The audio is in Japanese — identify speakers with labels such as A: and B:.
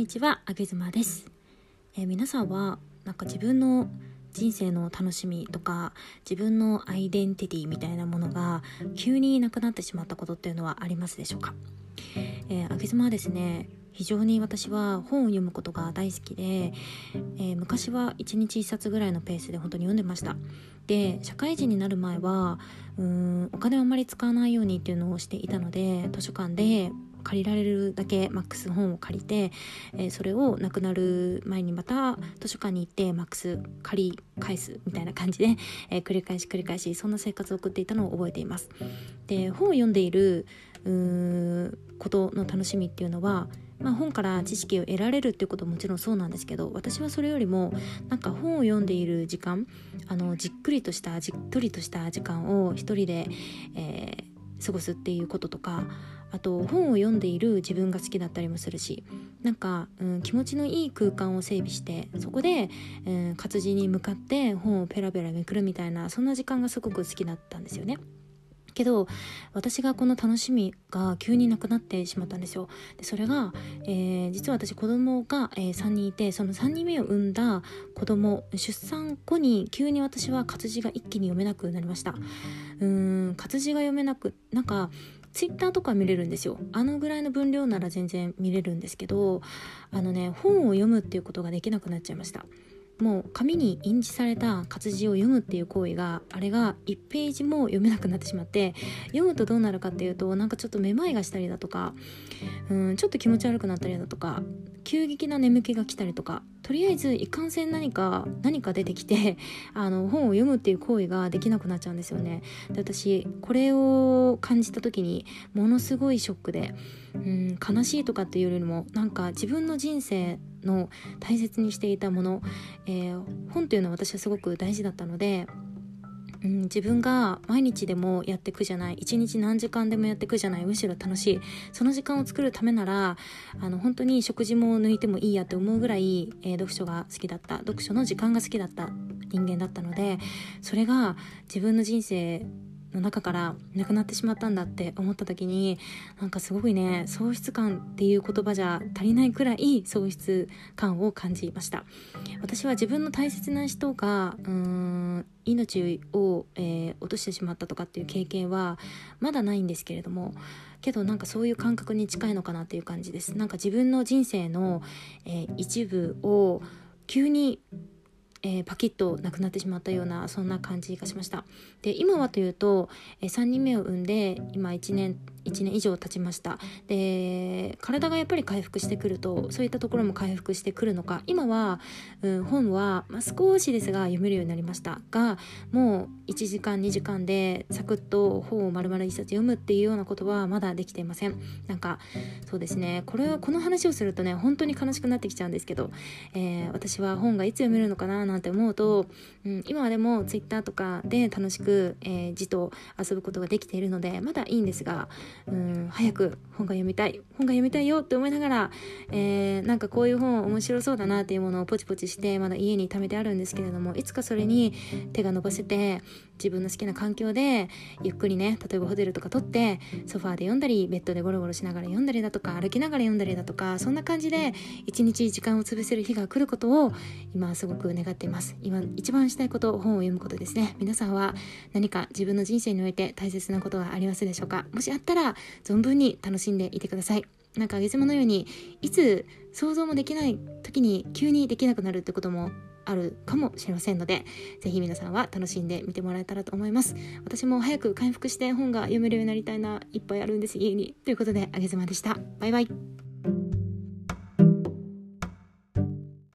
A: にちは、あげずまです。皆さんは自分の人生の楽しみとか自分のアイデンティティみたいなものが急になくなってしまったことっていうのはありますでしょうか？あげずまはですね、非常に私は本を読むことが大好きで、昔は1日1冊ぐらいのペースで本当に読んでました。で、社会人になる前はお金をあまり使わないようにっていうのをしていたので、図書館で借りられるだけマックス本を借りて、それをなくなる前にまた図書館に行ってマックス借り返すみたいな感じで、繰り返しそんな生活を送っていたのを覚えています。で、本を読んでいることの楽しみっていうのは、本から知識を得られるっていうことももちろんそうなんですけど、私はそれよりも本を読んでいる時間、じっとりとした時間を一人で、過ごすっていうこととか、あと本を読んでいる自分が好きだったりもするし、気持ちのいい空間を整備して、そこで、活字に向かって本をペラペラめくるみたいな、そんな時間がすごく好きだったんですよね。けど私がこの楽しみが急になくなってしまったんですよ。でそれが、実は私子供が、3人いて、その3人目を産んだ子供出産後に急に私は活字が一気に読めなくなりました。活字が読めなく、ツイッターとか見れるんですよ。あのぐらいの分量なら全然見れるんですけど、本を読むっていうことができなくなっちゃいました。もう紙に印字された活字を読むっていう行為が、あれが1ページも読めなくなってしまって、読むとどうなるかっていうと、ちょっとめまいがしたりだとか、ちょっと気持ち悪くなったりだとか、急激な眠気が来たりとか、とりあえずいかんせん何か出てきて本を読むっていう行為ができなくなっちゃうんですよね。で、私これを感じた時にものすごいショックで、悲しいとかっていうよりも、自分の人生の大切にしていたもの、本というのは私はすごく大事だったので、自分が毎日でもやってくじゃない、一日何時間でもやってくじゃない、むしろ楽しい、その時間を作るためなら本当に食事も抜いてもいいやって思うぐらい、読書の時間が好きだった人間だったので、それが自分の人生の中からなくなってしまったんだって思った時に、すごいね、喪失感っていう言葉じゃ足りないくらい喪失感を感じました。私は自分の大切な人が命を、落としてしまったとかっていう経験はまだないんですけれども、けどそういう感覚に近いのかなっていう感じです。自分の人生の、一部を急にパキッとなくなってしまったような、そんな感じがしました。で、今はというと、3人目を産んで今1年以上経ちました。で、体がやっぱり回復してくると、そういったところも回復してくるのか、今は、本は、少しですが読めるようになりましたが、もう1時間2時間でサクッと本を丸々1冊読むっていうようなことはまだできていません。そうですね、この話をするとね、本当に悲しくなってきちゃうんですけど、私は本がいつ読めるのかななんて思うと、今はでもツイッターとかで楽しく、字と遊ぶことができているのでまだいいんですが、早く本が読みたいよって思いながら、こういう本面白そうだなっていうものをポチポチしてまだ家に貯めてあるんですけれども、いつかそれに手が伸ばせて、自分の好きな環境でゆっくりね、例えばホテルとか取ってソファーで読んだり、ベッドでゴロゴロしながら読んだりだとか、歩きながら読んだりだとか、そんな感じで一日時間を潰せる日が来ることを今すごく願っています。今一番したいこと、本を読むことですね。皆さんは何か自分の人生において大切なことはありますでしょうか？もしあったら存分に楽しんでいてください。あげずまのように、いつ想像もできない時に急にできなくなるってこともあるかもしれませんので、ぜひ皆さんは楽しんで見てもらえたらと思います。私も早く回復して本が読めるようになりたいな、いっぱいあるんです家に。ということで、あげずまでした。バイバイ。